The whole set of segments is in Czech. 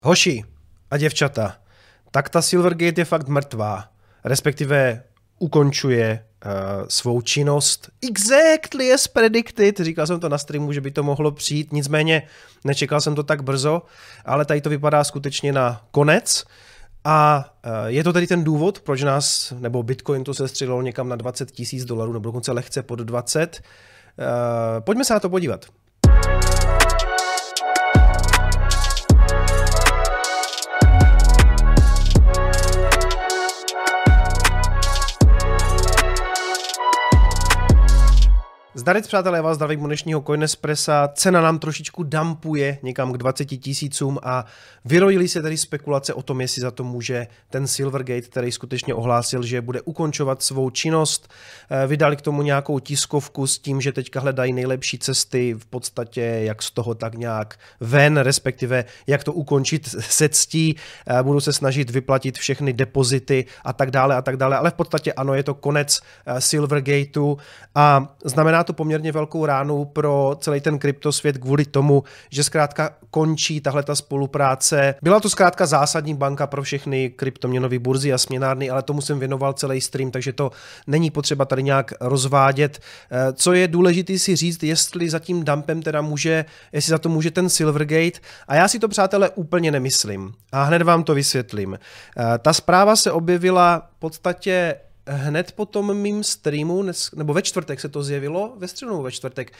Hoši a děvčata, tak ta Silvergate je fakt mrtvá, respektive ukončuje svou činnost. Exactly as predicted, říkal jsem to na streamu, že by to mohlo přijít, nicméně nečekal jsem to tak brzo, ale tady to vypadá skutečně na konec. A je to tedy ten důvod, proč nás, nebo Bitcoin to se střelilo někam na $20,000, nebo dokonce lehce pod 20. Pojďme se na to podívat. Zdarec, přátelé, já vás zdravím u dnešního Coinespressa. Cena nám trošičku dumpuje někam k 20,000 a vyrojily se tady spekulace o tom, jestli za to může ten Silvergate, který skutečně ohlásil, že bude ukončovat svou činnost. Vydali k tomu nějakou tiskovku s tím, že teďka hledají nejlepší cesty v podstatě, jak z toho tak nějak ven, respektive jak to ukončit se ctí. Budou se snažit vyplatit všechny depozity a tak dále, ale v podstatě ano, je to konec Silvergateu a znamená to poměrně velkou ránu pro celý ten kryptosvět kvůli tomu, že zkrátka končí tahle ta spolupráce. Byla to zkrátka zásadní banka pro všechny kryptoměnové burzy a směnárny, ale tomu jsem věnoval celý stream, takže to není potřeba tady nějak rozvádět. Co je důležité si říct, jestli za tím dumpem teda jestli za to může ten Silvergate, a já si to, přátelé, úplně nemyslím. A hned vám to vysvětlím. Ta zpráva se objevila v podstatě hned po tom mým streamu, nebo ve čtvrtek se to zjevilo, ve středu nebo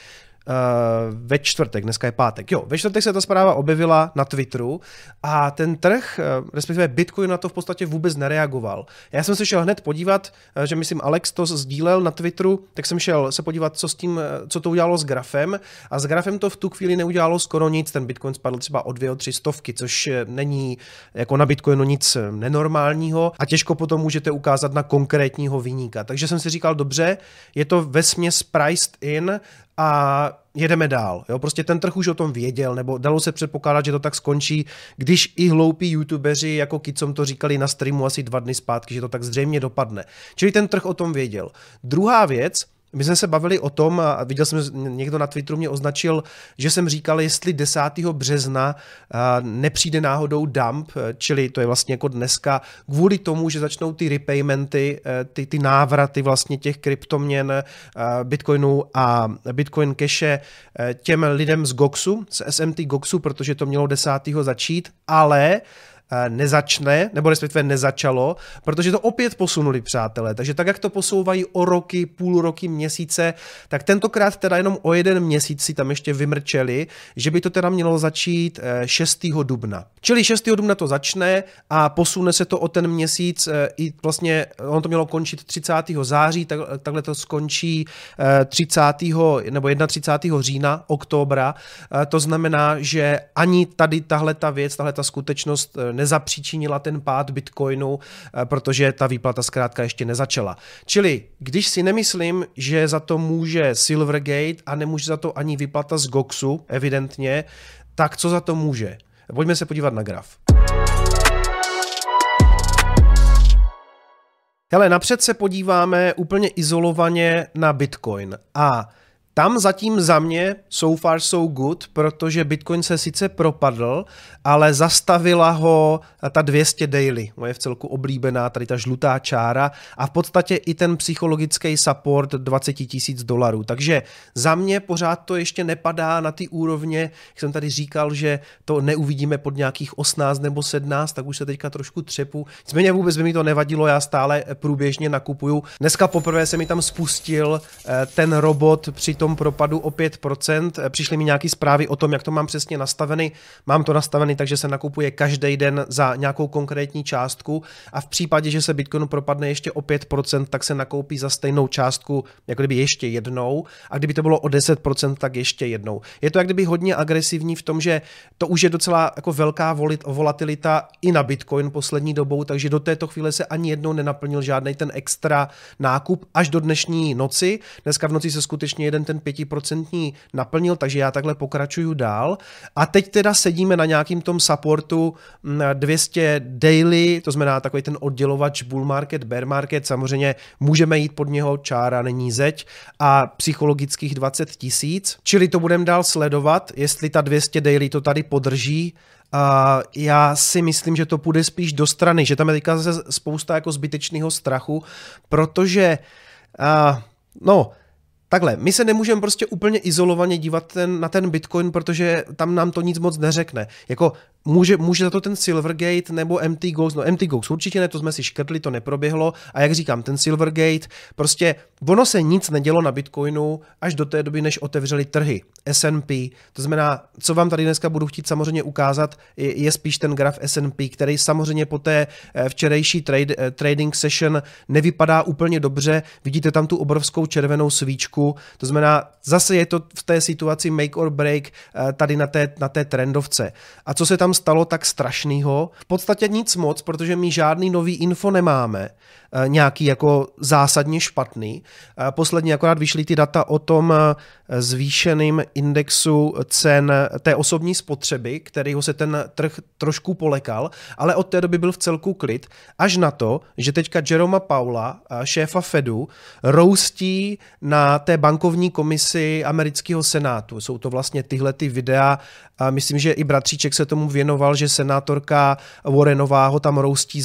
ve čtvrtek, dneska je pátek. Jo, ve čtvrtek se ta zpráva objevila na Twitteru a ten trh, respektive Bitcoin na to v podstatě vůbec nereagoval. Já jsem se šel hned podívat, že myslím Alex to sdílel na Twitteru, tak jsem šel se podívat, co to udělalo s grafem, a s grafem to v tu chvíli neudělalo skoro nic, ten Bitcoin spadl třeba o 2, o 3 stovky, což není jako na Bitcoinu nic nenormálního a těžko potom můžete ukázat na konkrétního viníka. Takže jsem si říkal, dobře, je to vesměs priced in a jedeme dál. Jo? Prostě ten trh už o tom věděl, nebo dalo se předpokládat, že to tak skončí, když i hloupí youtubeři jako Kicom to říkali na streamu asi 2 dny zpátky, že to tak zřejmě dopadne. Čili ten trh o tom věděl. Druhá věc, my jsme se bavili o tom, a viděl jsem, někdo na Twitteru mě označil, že jsem říkal, jestli 10. března nepřijde náhodou dump, čili to je vlastně jako dneska, kvůli tomu, že začnou ty repaymenty, ty návraty vlastně těch kryptoměn, Bitcoinu a Bitcoin Cache těm lidem z Goxu, z SMT Goxu, protože to mělo 10. začít, ale nezačne, nebo respektive nezačalo, protože to opět posunuli, přátelé. Takže tak, jak to posouvají o roky, půl roky, měsíce, tak tentokrát teda jenom o 1 měsíc si tam ještě vymrčeli, že by to teda mělo začít 6. dubna. Čili 6. dubna to začne a posune se to o ten měsíc, i vlastně ono to mělo končit 30. září, takhle to skončí 30. nebo 31. října, oktobra. To znamená, že ani tady tahleta věc, tahleta skutečnost nezapříčinila ten pád Bitcoinu, protože ta výplata zkrátka ještě nezačala. Čili, když si nemyslím, že za to může Silvergate a nemůže za to ani výplata z Goxu, evidentně, tak co za to může? Pojďme se podívat na graf. Hele, napřed se podíváme úplně izolovaně na Bitcoin a tam zatím za mě so far so good, protože Bitcoin se sice propadl, ale zastavila ho ta 200 daily, moje vcelku oblíbená, tady ta žlutá čára, a v podstatě i ten psychologický support $20,000. Takže za mě pořád to ještě nepadá na ty úrovně, jak jsem tady říkal, že to neuvidíme pod nějakých 18 nebo 17, tak už se teďka trošku třepu. Nicméně vůbec by mi to nevadilo, já stále průběžně nakupuju. Dneska poprvé se mi tam spustil ten robot při tom propadu o 5%. Přišly mi nějaké zprávy o tom, jak to mám přesně nastavený. Mám to nastavený, takže se nakupuje každý den za nějakou konkrétní částku a v případě, že se Bitcoinu propadne ještě o 5%, tak se nakoupí za stejnou částku, jako kdyby ještě jednou, a kdyby to bylo o 10%, tak ještě jednou. Je to jak kdyby hodně agresivní v tom, že to už je docela jako velká volatilita i na Bitcoin poslední dobou, takže do této chvíle se ani jednou nenaplnil žádný ten extra nákup až do dnešní noci. Dneska v noci se skutečně jeden ten 5% naplnil, takže já takhle pokračuju dál. A teď teda sedíme na nějakým tom supportu 200 daily, to znamená takový ten oddělovač bull market, bear market, samozřejmě můžeme jít pod něho, čára není zeď, a psychologických 20 000, čili to budeme dál sledovat, jestli ta 200 daily to tady podrží, Já si myslím, že to půjde spíš do strany, že tam je teďka zase spousta jako zbytečného strachu, protože takhle, my se nemůžeme prostě úplně izolovaně dívat na ten Bitcoin, protože tam nám to nic moc neřekne. Jako může za to ten Silvergate nebo MT Gox, no MT Gox určitě ne, to jsme si škrtli, to neproběhlo a jak říkám, ten Silvergate, prostě ono se nic nedělo na Bitcoinu až do té doby, než otevřeli trhy, S&P, to znamená, co vám tady dneska budu chtít samozřejmě ukázat, je spíš ten graf S&P, který samozřejmě po té včerejší trading session nevypadá úplně dobře, vidíte tam tu obrovskou červenou svíčku, to znamená, zase je to v té situaci make or break tady na té trendovce. A co se tam stalo tak strašnýho? V podstatě nic moc, protože my žádný nový info nemáme, nějaký jako zásadně špatný. Posledně akorát vyšly ty data o tom zvýšeným indexu cen té osobní spotřeby, kterýho se ten trh trošku polekal, ale od té doby byl v celku klid, až na to, že teďka Jeroma Powella, šéfa Fedu, roustí na té bankovní komisi amerického senátu. Jsou to vlastně tyhle ty videa, a myslím, že i bratříček se tomu věnoval, že senátorka Warrenová ho tam roustí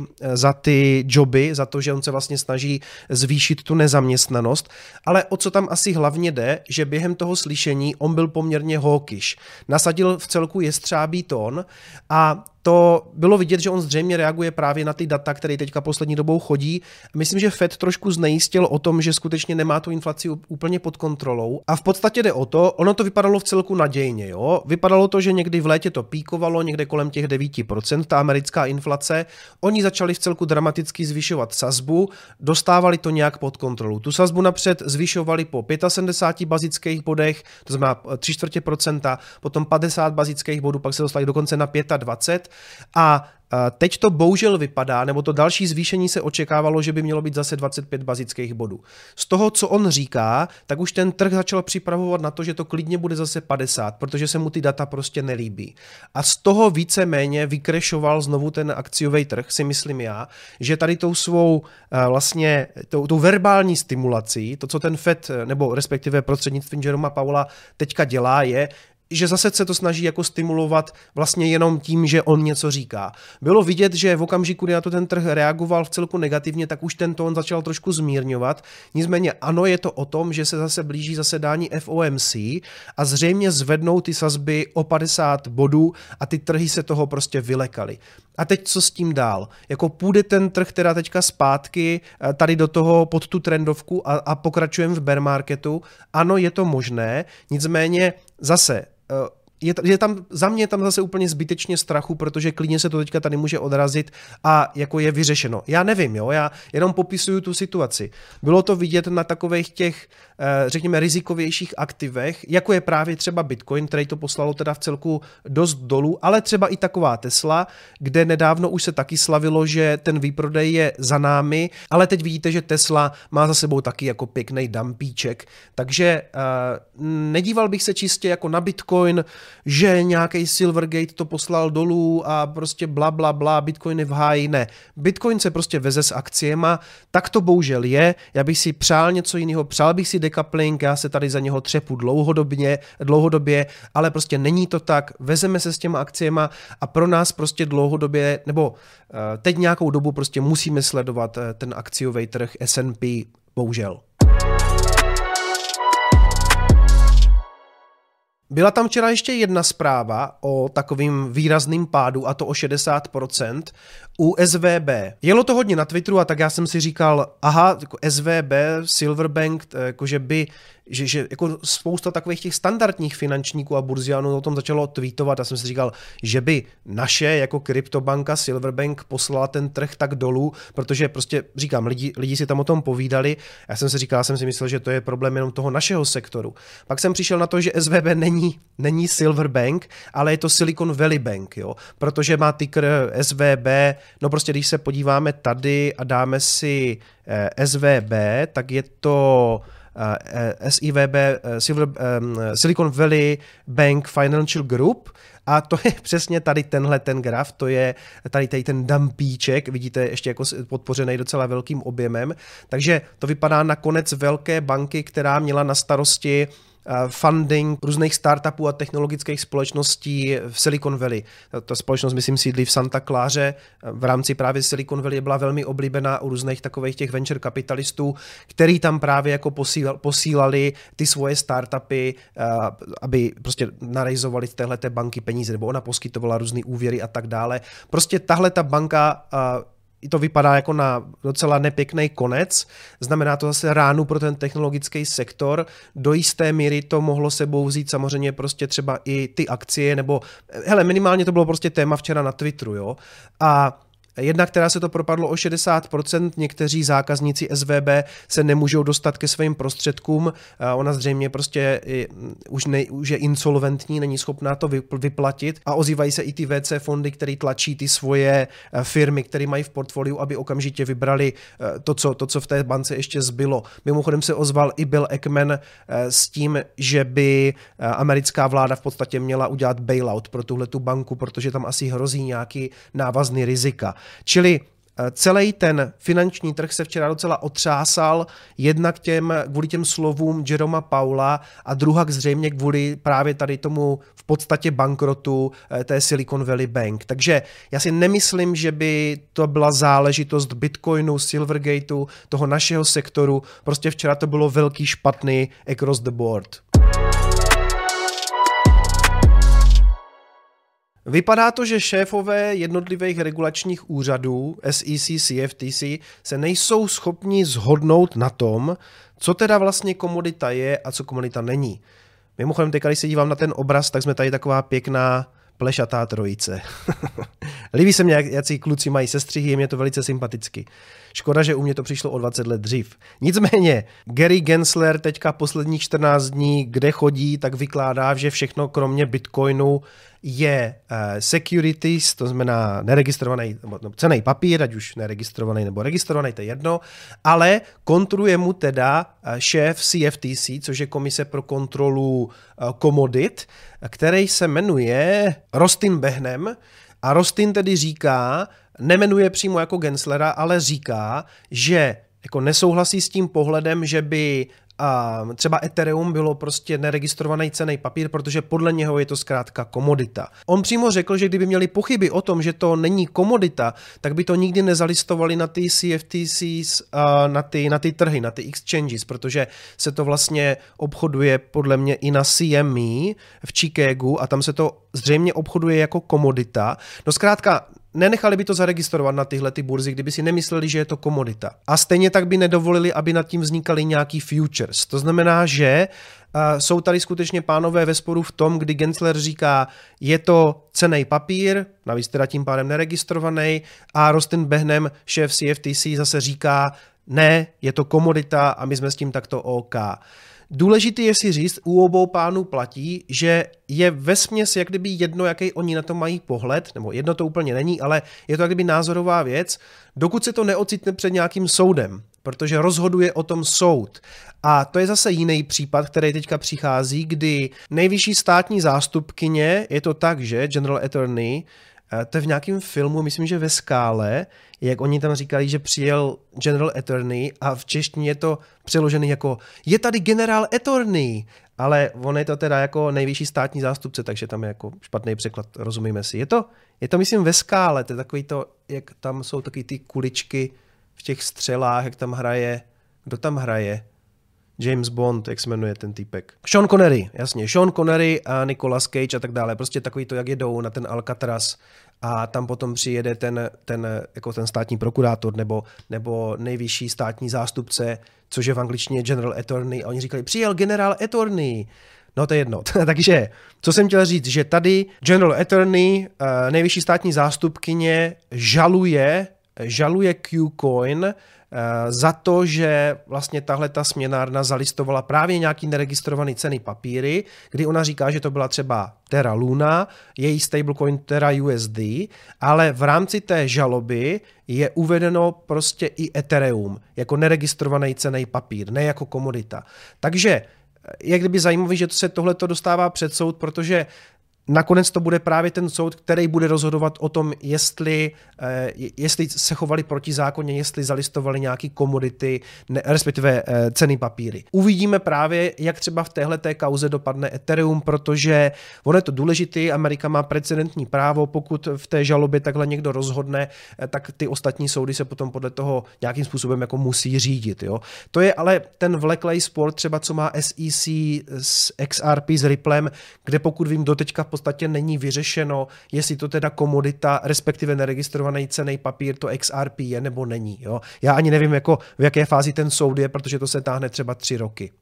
za ty joby, za to, že on se vlastně snaží zvýšit tu nezaměstnanost, ale o co tam asi hlavně jde, že během toho slyšení on byl poměrně hawkish. Nasadil v celku jestřábí tón a to bylo vidět, že on zřejmě reaguje právě na ty data, které teďka poslední dobou chodí. Myslím, že Fed trošku znejistil o tom, že skutečně nemá tu inflaci úplně pod kontrolou. A v podstatě jde o to, ono to vypadalo v celku nadějně. Jo? Vypadalo to, že někdy v létě to píkovalo, někde kolem těch 9%, ta americká inflace. Oni začali v celku dramaticky zvyšovat sazbu, dostávali to nějak pod kontrolu. Tu sazbu napřed zvyšovali po 75 bazických bodech, to znamená 3/4%, potom 50 bazických bodů, pak se dostali dokonce na 25. A teď to bohužel vypadá, nebo to další zvýšení se očekávalo, že by mělo být zase 25 bazických bodů. Z toho, co on říká, tak už ten trh začal připravovat na to, že to klidně bude zase 50, protože se mu ty data prostě nelíbí. A z toho víceméně vykrešoval znovu ten akciový trh, si myslím já, že tady tou svou vlastně tou verbální stimulací, to, co ten Fed, nebo respektive prostřednictvím Jeroma Powella teďka dělá, je, že zase se to snaží jako stimulovat vlastně jenom tím, že on něco říká. Bylo vidět, že v okamžiku, kdy na to ten trh reagoval v celku negativně, tak už ten tón začal trošku zmírňovat. Nicméně ano, je to o tom, že se zase blíží zasedání FOMC a zřejmě zvednou ty sazby o 50 bodů a ty trhy se toho prostě vylekaly. A teď co s tím dál? Jako půjde ten trh teda teďka zpátky tady do toho pod tu trendovku a pokračujeme v bear marketu? Ano, je to možné, nicméně zase je tam, za mě je tam zase úplně zbytečně strachu, protože klidně se to teďka tady může odrazit a jako je vyřešeno. Já nevím, jo, já jenom popisuju tu situaci. Bylo to vidět na takových těch, řekněme, rizikovějších aktivech, jako je právě třeba Bitcoin, který to poslalo teda v celku dost dolů, ale třeba i taková Tesla, kde nedávno už se taky slavilo, že ten výprodej je za námi, ale teď vidíte, že Tesla má za sebou taky jako pěkný dumpíček, takže nedíval bych se čistě jako na Bitcoin, že nějaký Silvergate to poslal dolů a prostě bla, bla, bla, Bitcoin je v háji, ne. Bitcoin se prostě veze s akciema, tak to bohužel je, já bych si přál něco jiného, přál bych si decoupling, já se tady za něho třepu dlouhodobě, ale prostě není to tak, vezeme se s těma akciema a pro nás prostě dlouhodobě, nebo teď nějakou dobu prostě musíme sledovat ten akciový trh S&P, bohužel. Byla tam včera ještě jedna zpráva o takovým výrazným pádu, a to o 60%, u SVB. Jelo to hodně na Twitteru a tak já jsem si říkal, aha, jako SVB, Silverbank, jakože by, že jako spousta takových těch standardních finančníků a burziánů o tom začalo tweetovat a jsem si říkal, že by naše jako kryptobanka Silverbank poslala ten trh tak dolů, protože prostě říkám, lidi si tam o tom povídali, já jsem si myslel, že to je problém jenom toho našeho sektoru. Pak jsem přišel na to, že SVB není Silverbank, ale je to Silicon Valley Bank, jo, protože má ticker SVB, no prostě když se podíváme tady a dáme si SVB, tak je to SIVB, Silicon Valley Bank Financial Group, a to je přesně tady tenhle ten graf, to je tady ten dumpíček, vidíte, ještě jako podpořený docela velkým objemem, takže to vypadá na konec velké banky, která měla na starosti funding různých startupů a technologických společností v Silicon Valley. Ta společnost, myslím, sídlí v Santa Claře. V rámci právě Silicon Valley byla velmi oblíbená u různých takových těch venture kapitalistů, který tam právě jako posílali ty svoje startupy, aby prostě narejzovali z téhleté banky peníze, nebo ona poskytovala různý úvěry a tak dále. Prostě tahle ta banka to vypadá jako na docela nepěkný konec. Znamená to zase ránu pro ten technologický sektor. Do jisté míry to mohlo sebou vzít samozřejmě prostě třeba i ty akcie, nebo hele, minimálně to bylo prostě téma včera na Twitteru, jo. A jedna, která se to propadlo o 60%, někteří zákazníci SVB se nemůžou dostat ke svým prostředkům, ona zřejmě prostě už je insolventní, není schopná to vyplatit a ozývají se i ty VC fondy, které tlačí ty svoje firmy, které mají v portfoliu, aby okamžitě vybrali to, co v té bance ještě zbylo. Mimochodem se ozval i Bill Ackman s tím, že by americká vláda v podstatě měla udělat bailout pro tuhletu banku, protože tam asi hrozí nějaký návazný rizika. Čili celý ten finanční trh se včera docela otřásal, jednak kvůli těm slovům Jeroma Powella a druhak zřejmě kvůli právě tady tomu v podstatě bankrotu té Silicon Valley Bank. Takže já si nemyslím, že by to byla záležitost Bitcoinu, Silvergateu, toho našeho sektoru. Prostě včera to bylo velký špatný across the board. Vypadá to, že šéfové jednotlivých regulačních úřadů SEC, CFTC se nejsou schopni shodnout na tom, co teda vlastně komodita je a co komodita není. Mimochodem, teď, když se dívám na ten obraz, tak jsme tady taková pěkná plešatá trojice. Líbí se mě, jací kluci mají sestřihy, je mě to velice sympaticky. Škoda, že u mě to přišlo o 20 let dřív. Nicméně, Gary Gensler teďka posledních 14 dní, kde chodí, tak vykládá, že všechno kromě Bitcoinu je securities, to znamená neregistrovaný cenný papír, ať už neregistrovaný nebo registrovaný, to je jedno, ale kontruje mu teda šéf CFTC, což je Komise pro kontrolu komodit, který se jmenuje Rustin Behnem, a Rustin tedy říká, nemenuje přímo jako Genslera, ale říká, že jako nesouhlasí s tím pohledem, že by třeba Ethereum bylo prostě neregistrovaný cenný papír, protože podle něho je to zkrátka komodita. On přímo řekl, že kdyby měli pochyby o tom, že to není komodita, tak by to nikdy nezalistovali na ty CFTCs, na ty trhy, na ty exchanges, protože se to vlastně obchoduje podle mě i na CME v Chicagu a tam se to zřejmě obchoduje jako komodita. No zkrátka, nenechali by to zaregistrovat na tyhle ty burzy, kdyby si nemysleli, že je to komodita. A stejně tak by nedovolili, aby nad tím vznikaly nějaký futures. To znamená, že jsou tady skutečně pánové ve sporu v tom, kdy Gensler říká, je to cenný papír, navíc teda tím pádem neregistrovaný, a Rustin Behnem, šéf CFTC, zase říká, ne, je to komodita a my jsme s tím takto OK. Důležitý je si říct, u obou pánů platí, že je vesměs jak kdyby jedno, jaký oni na to mají pohled, nebo jedno to úplně není, ale je to jak kdyby názorová věc, dokud se to neocitne před nějakým soudem, protože rozhoduje o tom soud. A to je zase jiný případ, který teďka přichází, kdy nejvyšší státní zástupkyně, je to tak, že General Attorney, to je v nějakém filmu, myslím, že ve Skále, jak oni tam říkali, že přijel General Attorney a v češtině je to přeložený jako je tady General Attorney, ale on je to teda jako nejvyšší státní zástupce, takže tam je jako špatný překlad, rozumíme si. Je to myslím ve Skále, to je takový to, jak tam jsou taky ty kuličky v těch střelách, jak tam hraje, kdo tam hraje? James Bond, jak se jmenuje ten týpek. Sean Connery, jasně. Sean Connery a Nicolas Cage a tak dále. Prostě takový to, jak jedou na ten Alcatraz a tam potom přijede ten státní prokurátor nebo nejvyšší státní zástupce, což je v angličtině General Attorney. A oni říkali, přijel General Attorney. No to je jedno. Takže, co jsem chtěl říct, že tady General Attorney, nejvyšší státní zástupkyně, žaluje KuCoin za to, že vlastně tahle ta směnárna zalistovala právě nějaký neregistrovaný cenný papíry, kdy ona říká, že to byla třeba Terra Luna, její stablecoin Terra USD, ale v rámci té žaloby je uvedeno prostě i Ethereum jako neregistrovaný cenný papír, ne jako komodita. Takže je kdyby zajímavý, že se tohleto dostává před soud, protože nakonec to bude právě ten soud, který bude rozhodovat o tom, jestli se chovali protizákonně, jestli zalistovali nějaké komodity, respektive cenné papíry. Uvidíme právě, jak třeba v téhleté kauze dopadne Ethereum, protože ono je to důležité, Amerika má precedentní právo, pokud v té žalobě takhle někdo rozhodne, tak ty ostatní soudy se potom podle toho nějakým způsobem jako musí řídit. Jo? To je ale ten vleklej spor, třeba co má SEC s XRP s Ripplem, kde pokud vím doteďka v podstatě není vyřešeno, jestli to teda komodita, respektive neregistrovaný cenný papír, to XRP je nebo není. Jo? Já ani nevím, jako v jaké fázi ten soud je, protože to se táhne třeba 3 roky.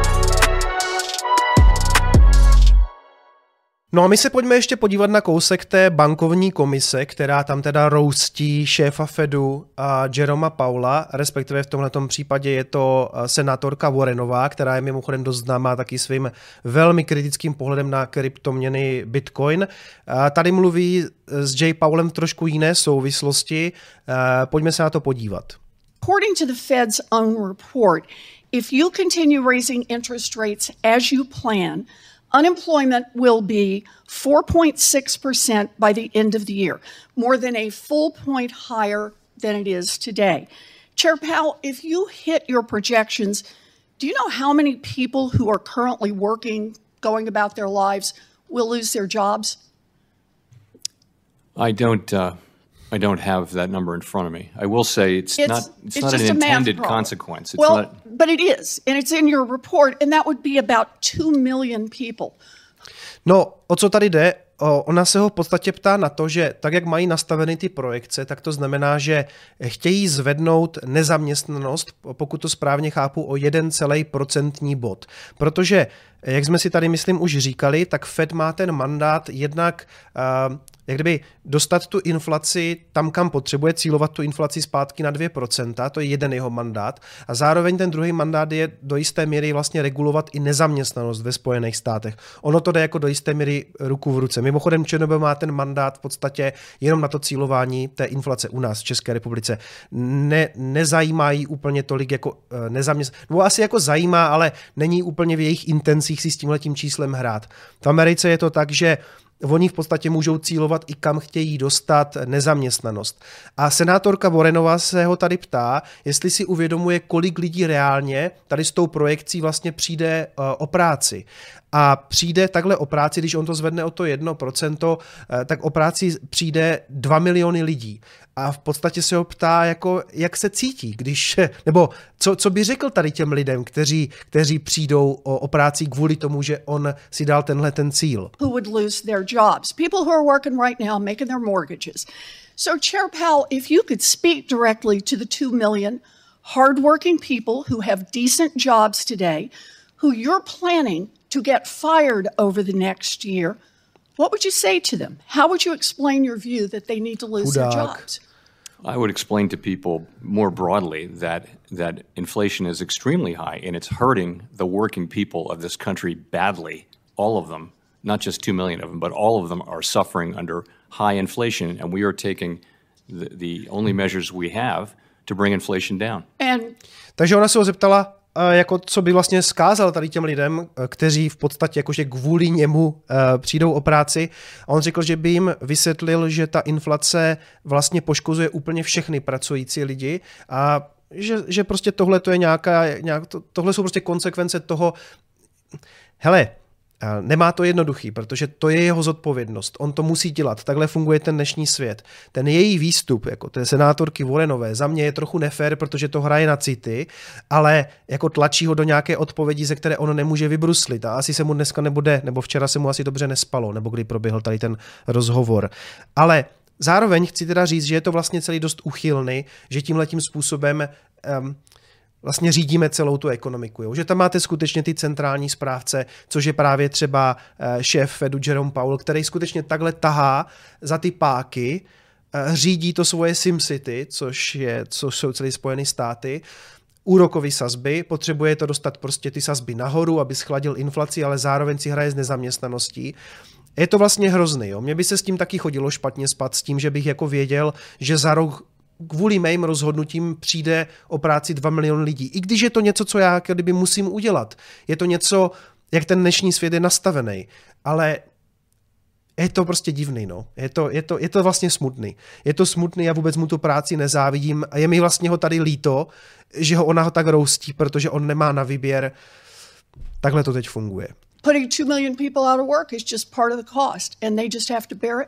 No a my se pojďme ještě podívat na kousek té bankovní komise, která tam teda roustí šéfa Fedu a Jeroma Powella, respektive v tomhletom případě je to senátorka Warrenová, která je mimochodem dost známá taky svým velmi kritickým pohledem na kryptoměny Bitcoin. Tady mluví s Jay Powellem v trošku jiné souvislosti. Pojďme se na to podívat. According to the Fed's own report, if you continue raising interest rates as you plan, unemployment will be 4.6% by the end of the year, more than a full point higher than it is today. Chair Powell, if you hit your projections, do you know how many people who are currently working, going about their lives, will lose their jobs? I don't have that number in front of me. I will say it's not an intended consequence. But it is, and it's in your report, and that would be about 2 million people. No, o co tady jde? Ona se ho v podstatě ptá na to, že tak, jak mají nastaveny ty projekce, tak to znamená, že chtějí zvednout nezaměstnanost, pokud to správně chápu, o 1,1% bod. Protože, jak jsme si tady, myslím, už říkali, tak Fed má ten mandát jednak jak kdyby dostat tu inflaci tam, kam potřebuje, cílovat tu inflaci zpátky na 2%, to je jeden jeho mandát. A zároveň ten druhý mandát je do jisté míry vlastně regulovat i nezaměstnanost ve Spojených státech. Ono to jde jako do jisté míry ruku v ruce. Mimochodem ČNB má ten mandát v podstatě jenom na to cílování té inflace u nás v České republice. Nezajímají úplně tolik jako nezaměstnanost. No asi jako zajímá, ale není úplně v jejich intencích si s tímhletím číslem hrát. V Americe je to tak, že oni v podstatě můžou cílovat i kam chtějí dostat nezaměstnanost. A senátorka Warrenová se ho tady ptá, jestli si uvědomuje, kolik lidí reálně tady s tou projekcí vlastně přijde o práci. A přijde takhle o práci, když on to zvedne o to 1%, tak o práci přijde 2 miliony lidí. A v podstatě se ho ptá, jako, jak se cítí, nebo co by řekl tady těm lidem, kteří přijdou o práci kvůli tomu, že on si dal tenhle ten cíl. Who would lose their jobs? People who are working right now, making their mortgages. So Chair Powell, if you could speak directly to the 2 million hardworking people who have decent jobs today, who you're planning to get fired over the next year, what would you say to them? How would you explain your view that they need to lose their jobs? I would explain to people more broadly that inflation is extremely high and it's hurting the working people of this country badly. All of them, not just 2 million of them, but all of them are suffering under high inflation, and we are taking the only measures we have to bring inflation down. Takže ona se ho zeptala, jako co by vlastně zkázal tady těm lidem, kteří v podstatě jakože kvůli němu přijdou o práci. A on řekl, že by jim vysvětlil, že ta inflace vlastně poškozuje úplně všechny pracující lidi a že prostě tohle to je tohle jsou prostě konsekvence toho. Hele, nemá to jednoduchý, protože to je jeho zodpovědnost. On to musí dělat. Takhle funguje ten dnešní svět. Ten její výstup, jako té senátorky Warrenové, za mě je trochu nefér, protože to hraje na city, ale jako tlačí ho do nějaké odpovědi, ze které ono nemůže vybruslit. A asi se mu dneska nebude, nebo včera se mu asi dobře nespalo, nebo kdy proběhl tady ten rozhovor. Ale zároveň chci teda říct, že je to vlastně celý dost uchylný, že tímhletím způsobem vlastně řídíme celou tu ekonomiku. Jo? Že tam máte skutečně ty centrální správce, což je právě třeba šéf Fedu Jerome Powell, který skutečně takhle tahá za ty páky, řídí to svoje SimCity, což jsou celé Spojené státy, úrokové sazby, potřebuje to dostat prostě ty sazby nahoru, aby schladil inflaci, ale zároveň si hraje s nezaměstnaností. Je to vlastně hrozný. Jo? Mně by se s tím taky chodilo špatně spát, s tím, že bych jako věděl, že za rok kvůli mým rozhodnutím přijde o práci 2 miliony lidí. I když je to něco, co já kdyby musím udělat. Je to něco, jak ten dnešní svět je nastavený. Ale Je to prostě divný, no. Je to vlastně smutný. Je to smutný, já vůbec mu tu práci nezávidím a je mi vlastně ho tady líto, že ona ho tak roustí, protože on nemá na výběr. Takhle to teď funguje. Putting 2 million people out of work is just part of the cost, and they just have to bear it.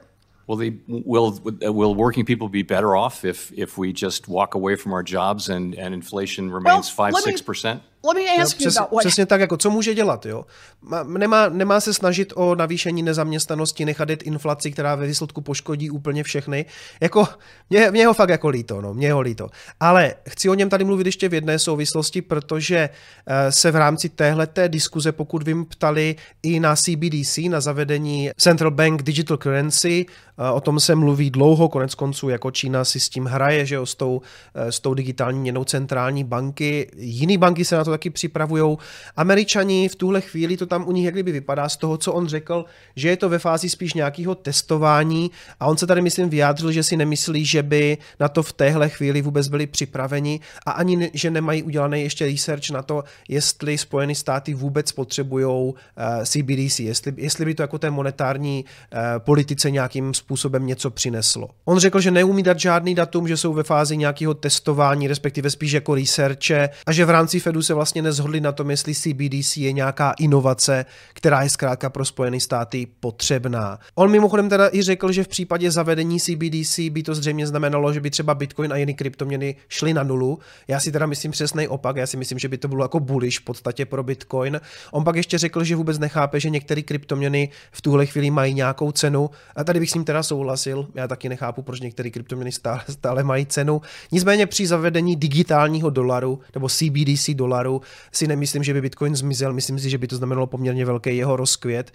Will working people be better off if we just walk away from our jobs and inflation remains 5-6%? Let me ask you about what... Přesně tak, jako co může dělat, jo? Nemá se snažit o navýšení nezaměstnanosti, nechat jít inflaci, která ve výsledku poškodí úplně všechny. Jako, mě ho fakt jako líto, no, mě ho líto. Ale chci o něm tady mluvit ještě v jedné souvislosti, protože se v rámci téhleté diskuze, pokud vím, ptali i na CBDC, na zavedení Central Bank Digital Currency. O tom se mluví dlouho, konec konců, jako Čína si s tím hraje, že jo, s tou digitální měnou centrální banky. Jiný banky se na to taky připravujou. Američani v tuhle chvíli to tam u nich jak kdyby vypadá z toho, co on řekl, že je to ve fázi spíš nějakého testování a on se tady, myslím, vyjádřil, že si nemyslí, že by na to v téhle chvíli vůbec byli připraveni a ani, že nemají udělaný ještě research na to, jestli Spojené státy vůbec potřebují CBDC, jestli by to jako té monetární politice nějakým způsobem něco přineslo. On řekl, že neumí dát žádný datum, že jsou ve fázi nějakého testování, respektive spíš jako researche a že v rámci Fedu se vlastně nezhodli na tom, jestli CBDC je nějaká inovace, která je zkrátka pro Spojené státy potřebná. On mimochodem teda i řekl, že v případě zavedení CBDC by to zřejmě znamenalo, že by třeba Bitcoin a jiné kryptoměny šly na nulu. Já si teda myslím přesnej opak, já si myslím, že by to bylo jako bullish v podstatě pro Bitcoin. On pak ještě řekl, že vůbec nechápe, že některé kryptoměny v tuhle chvíli mají nějakou cenu a tady bych s ním teda souhlasil. Já taky nechápu, proč některé kryptoměny stále mají cenu. Nicméně při zavedení digitálního dolaru nebo CBDC dolaru si nemyslím, že by Bitcoin zmizel, myslím si, že by to znamenalo poměrně velký jeho rozkvět.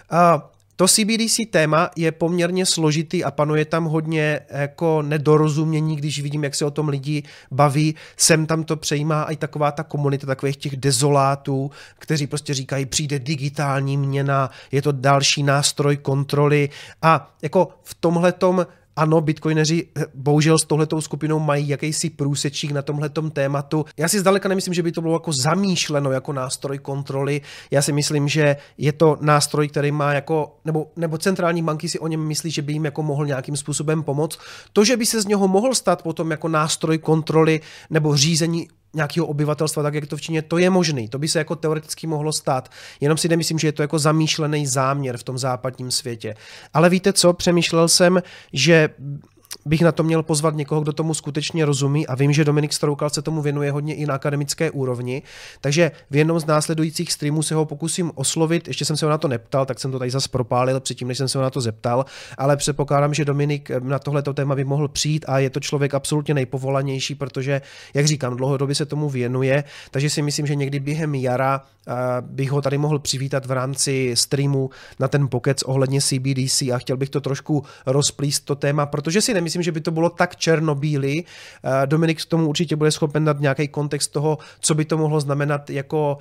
To CBDC téma je poměrně složitý a panuje tam hodně jako nedorozumění, když vidím, jak se o tom lidi baví. Sem tam to přejímá i taková ta komunita takových těch dezolátů, kteří prostě říkají, přijde digitální měna, je to další nástroj kontroly a jako v tomhletom ano, bitcoineři bohužel s touhletou skupinou mají jakýsi průsečík na tomhletom tématu. Já si zdaleka nemyslím, že by to bylo jako zamýšleno jako nástroj kontroly. Já si myslím, že je to nástroj, který má jako, nebo centrální banky si o něm myslí, že by jim jako mohl nějakým způsobem pomoct. To, že by se z něho mohl stát potom jako nástroj kontroly nebo řízení nějakého obyvatelstva, tak jak to v Číně, to je možný, to by se jako teoreticky mohlo stát. Jenom si nemyslím, že je to jako zamýšlený záměr v tom západním světě. Ale víte co, přemýšlel jsem, že bych na to měl pozvat někoho, kdo tomu skutečně rozumí a vím, že Dominik Stroukal se tomu věnuje hodně i na akademické úrovni, takže v jednom z následujících streamů se ho pokusím oslovit, ještě jsem se ho na to neptal, tak jsem to tady zase propálil předtím, než jsem se ho na to zeptal, ale předpokládám, že Dominik na tohleto téma by mohl přijít a je to člověk absolutně nejpovolanější, protože, jak říkám, dlouhodobě se tomu věnuje, takže si myslím, že někdy během jara bych ho tady mohl přivítat v rámci streamu na ten pokec ohledně CBDC a chtěl bych to trošku rozplíst to téma, protože si nemyslím, že by to bylo tak černobílý. Dominik k tomu určitě bude schopen dát nějaký kontext toho, co by to mohlo znamenat, jako,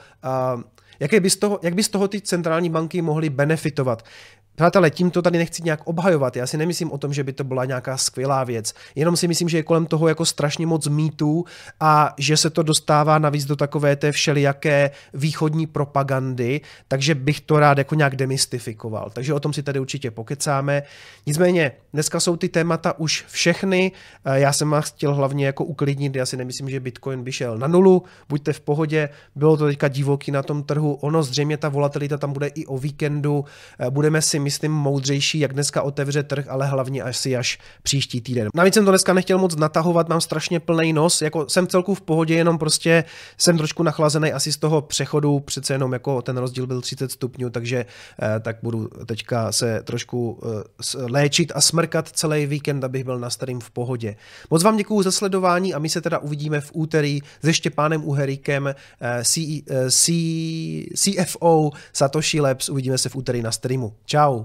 jak by z toho ty centrální banky mohly benefitovat. Přátelé, tím to tady nechci nějak obhajovat, já si nemyslím o tom, že by to byla nějaká skvělá věc, jenom si myslím, že je kolem toho jako strašně moc mýtů a že se to dostává navíc do takové té všelijaké východní propagandy, takže bych to rád jako nějak demystifikoval, takže o tom si tady určitě pokecáme. Nicméně, dneska jsou ty témata už všechny, já jsem vás chtěl hlavně jako uklidnit, já si nemyslím, že Bitcoin by šel na nulu, buďte v pohodě, bylo to teďka divoký na tom trhu, ono zřejmě ta volatilita tam bude i o víkendu, budeme si myslím moudřejší, jak dneska otevře trh, ale hlavně až příští týden. Navíc jsem to dneska nechtěl moc natahovat, mám strašně plný nos, jako jsem celku v pohodě, jenom prostě jsem trošku nachlazený asi z toho přechodu, přece jenom jako ten rozdíl byl 30 stupňů, takže tak budu teďka se trošku léčit a smrkat celý víkend, abych byl na stream v pohodě. Moc vám děkuju za sledování a my se teda uvidíme v úterý se Štěpánem Uheríkem, CFO Satoshi Labs, uvidíme se v úterý na streamu. Čau.